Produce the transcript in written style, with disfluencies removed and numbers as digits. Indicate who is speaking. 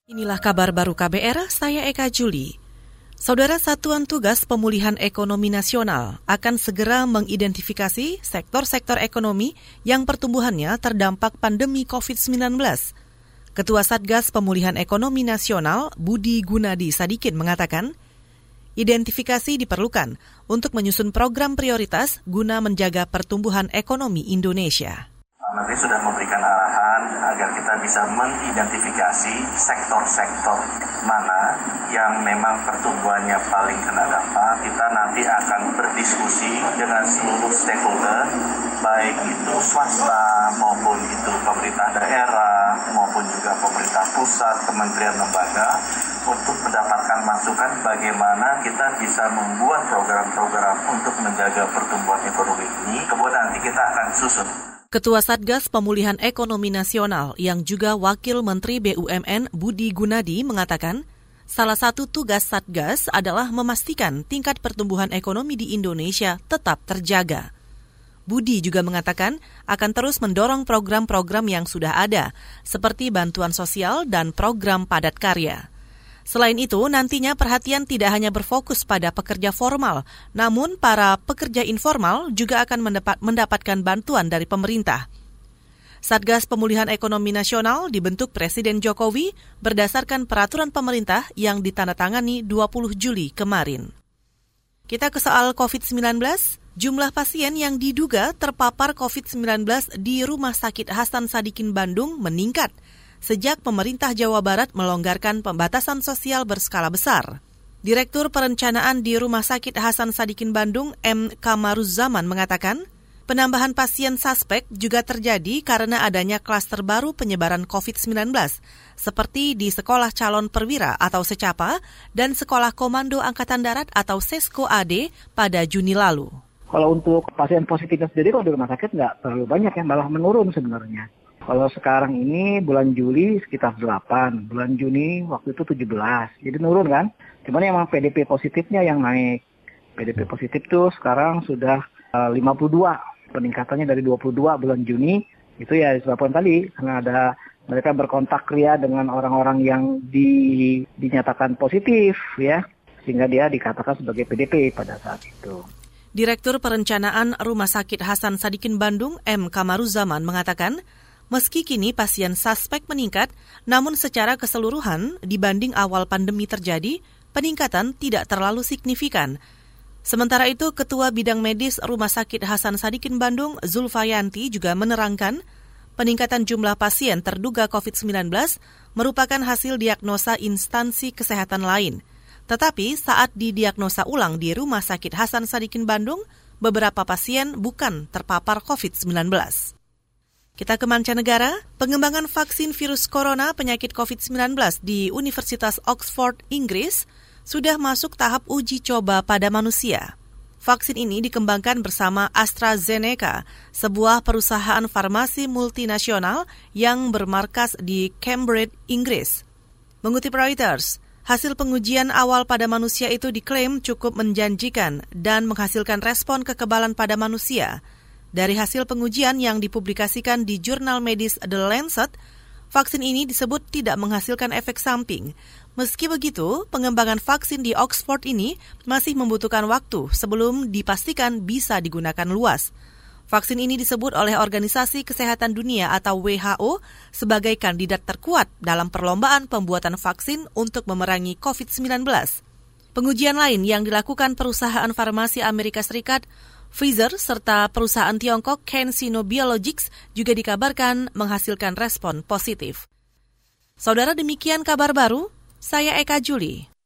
Speaker 1: Inilah kabar baru KBR, saya Eka Juli. Saudara Satuan Tugas Pemulihan Ekonomi Nasional akan segera mengidentifikasi sektor-sektor ekonomi yang pertumbuhannya terdampak pandemi COVID-19. Ketua Satgas Pemulihan Ekonomi Nasional, Budi Gunadi Sadikin mengatakan, identifikasi diperlukan untuk menyusun program prioritas guna menjaga pertumbuhan ekonomi Indonesia.
Speaker 2: Menteri sudah memberikan arahan agar kita bisa mengidentifikasi sektor-sektor mana yang memang pertumbuhannya paling kena dampak. Kita nanti akan berdiskusi dengan seluruh stakeholder, baik itu swasta maupun itu pemerintah daerah maupun juga pemerintah pusat, kementerian lembaga, untuk mendapatkan masukan bagaimana kita bisa membuat program-program untuk menjaga pertumbuhan ekonomi ini. Kemudian nanti kita akan susun.
Speaker 1: Ketua Satgas Pemulihan Ekonomi Nasional yang juga Wakil Menteri BUMN Budi Gunadi mengatakan, salah satu tugas Satgas adalah memastikan tingkat pertumbuhan ekonomi di Indonesia tetap terjaga. Budi juga mengatakan akan terus mendorong program-program yang sudah ada, seperti bantuan sosial dan program padat karya. Selain itu, nantinya perhatian tidak hanya berfokus pada pekerja formal, namun para pekerja informal juga akan mendapatkan bantuan dari pemerintah. Satgas Pemulihan Ekonomi Nasional dibentuk Presiden Jokowi berdasarkan peraturan pemerintah yang ditandatangani 20 Juli kemarin. Kita ke soal COVID-19. Jumlah pasien yang diduga terpapar COVID-19 di Rumah Sakit Hasan Sadikin Bandung meningkat sejak pemerintah Jawa Barat melonggarkan pembatasan sosial berskala besar. Direktur Perencanaan di Rumah Sakit Hasan Sadikin Bandung, M. Kamaruzzaman mengatakan, penambahan pasien suspek juga terjadi karena adanya klaster baru penyebaran COVID-19, seperti di Sekolah Calon Perwira atau Secapa dan Sekolah Komando Angkatan Darat atau SESCO AD pada Juni lalu.
Speaker 3: Kalau untuk pasien positifnya sendiri, kalau di rumah sakit nggak terlalu banyak, yang malah menurun sebenarnya. Kalau sekarang ini bulan Juli sekitar 8, bulan Juni waktu itu 17, jadi nurun kan. Cuman emang PDP positifnya yang naik. PDP positif tuh sekarang sudah 52, peningkatannya dari 22 bulan Juni. Itu ya disebabkan tadi, karena ada mereka berkontak ria dengan orang-orang yang dinyatakan positif ya, sehingga dia dikatakan sebagai PDP pada saat itu.
Speaker 1: Direktur Perencanaan Rumah Sakit Hasan Sadikin Bandung, M. Kamaruzzaman mengatakan, meski kini pasien suspek meningkat, namun secara keseluruhan dibanding awal pandemi terjadi, peningkatan tidak terlalu signifikan. Sementara itu, Ketua Bidang Medis Rumah Sakit Hasan Sadikin Bandung, Zulfayanti, juga menerangkan peningkatan jumlah pasien terduga COVID-19 merupakan hasil diagnosa instansi kesehatan lain. Tetapi saat didiagnosa ulang di Rumah Sakit Hasan Sadikin Bandung, beberapa pasien bukan terpapar COVID-19. Kita ke mancanegara, pengembangan vaksin virus corona penyakit COVID-19 di Universitas Oxford, Inggris, sudah masuk tahap uji coba pada manusia. Vaksin ini dikembangkan bersama AstraZeneca, sebuah perusahaan farmasi multinasional yang bermarkas di Cambridge, Inggris. Mengutip Reuters, hasil pengujian awal pada manusia itu diklaim cukup menjanjikan dan menghasilkan respon kekebalan pada manusia. Dari hasil pengujian yang dipublikasikan di jurnal medis The Lancet, vaksin ini disebut tidak menghasilkan efek samping. Meski begitu, pengembangan vaksin di Oxford ini masih membutuhkan waktu sebelum dipastikan bisa digunakan luas. Vaksin ini disebut oleh Organisasi Kesehatan Dunia atau WHO sebagai kandidat terkuat dalam perlombaan pembuatan vaksin untuk memerangi COVID-19. Pengujian lain yang dilakukan perusahaan farmasi Amerika Serikat, Pfizer, serta perusahaan Tiongkok CanSino Biologics juga dikabarkan menghasilkan respon positif. Saudara, demikian kabar baru, saya Eka Juli.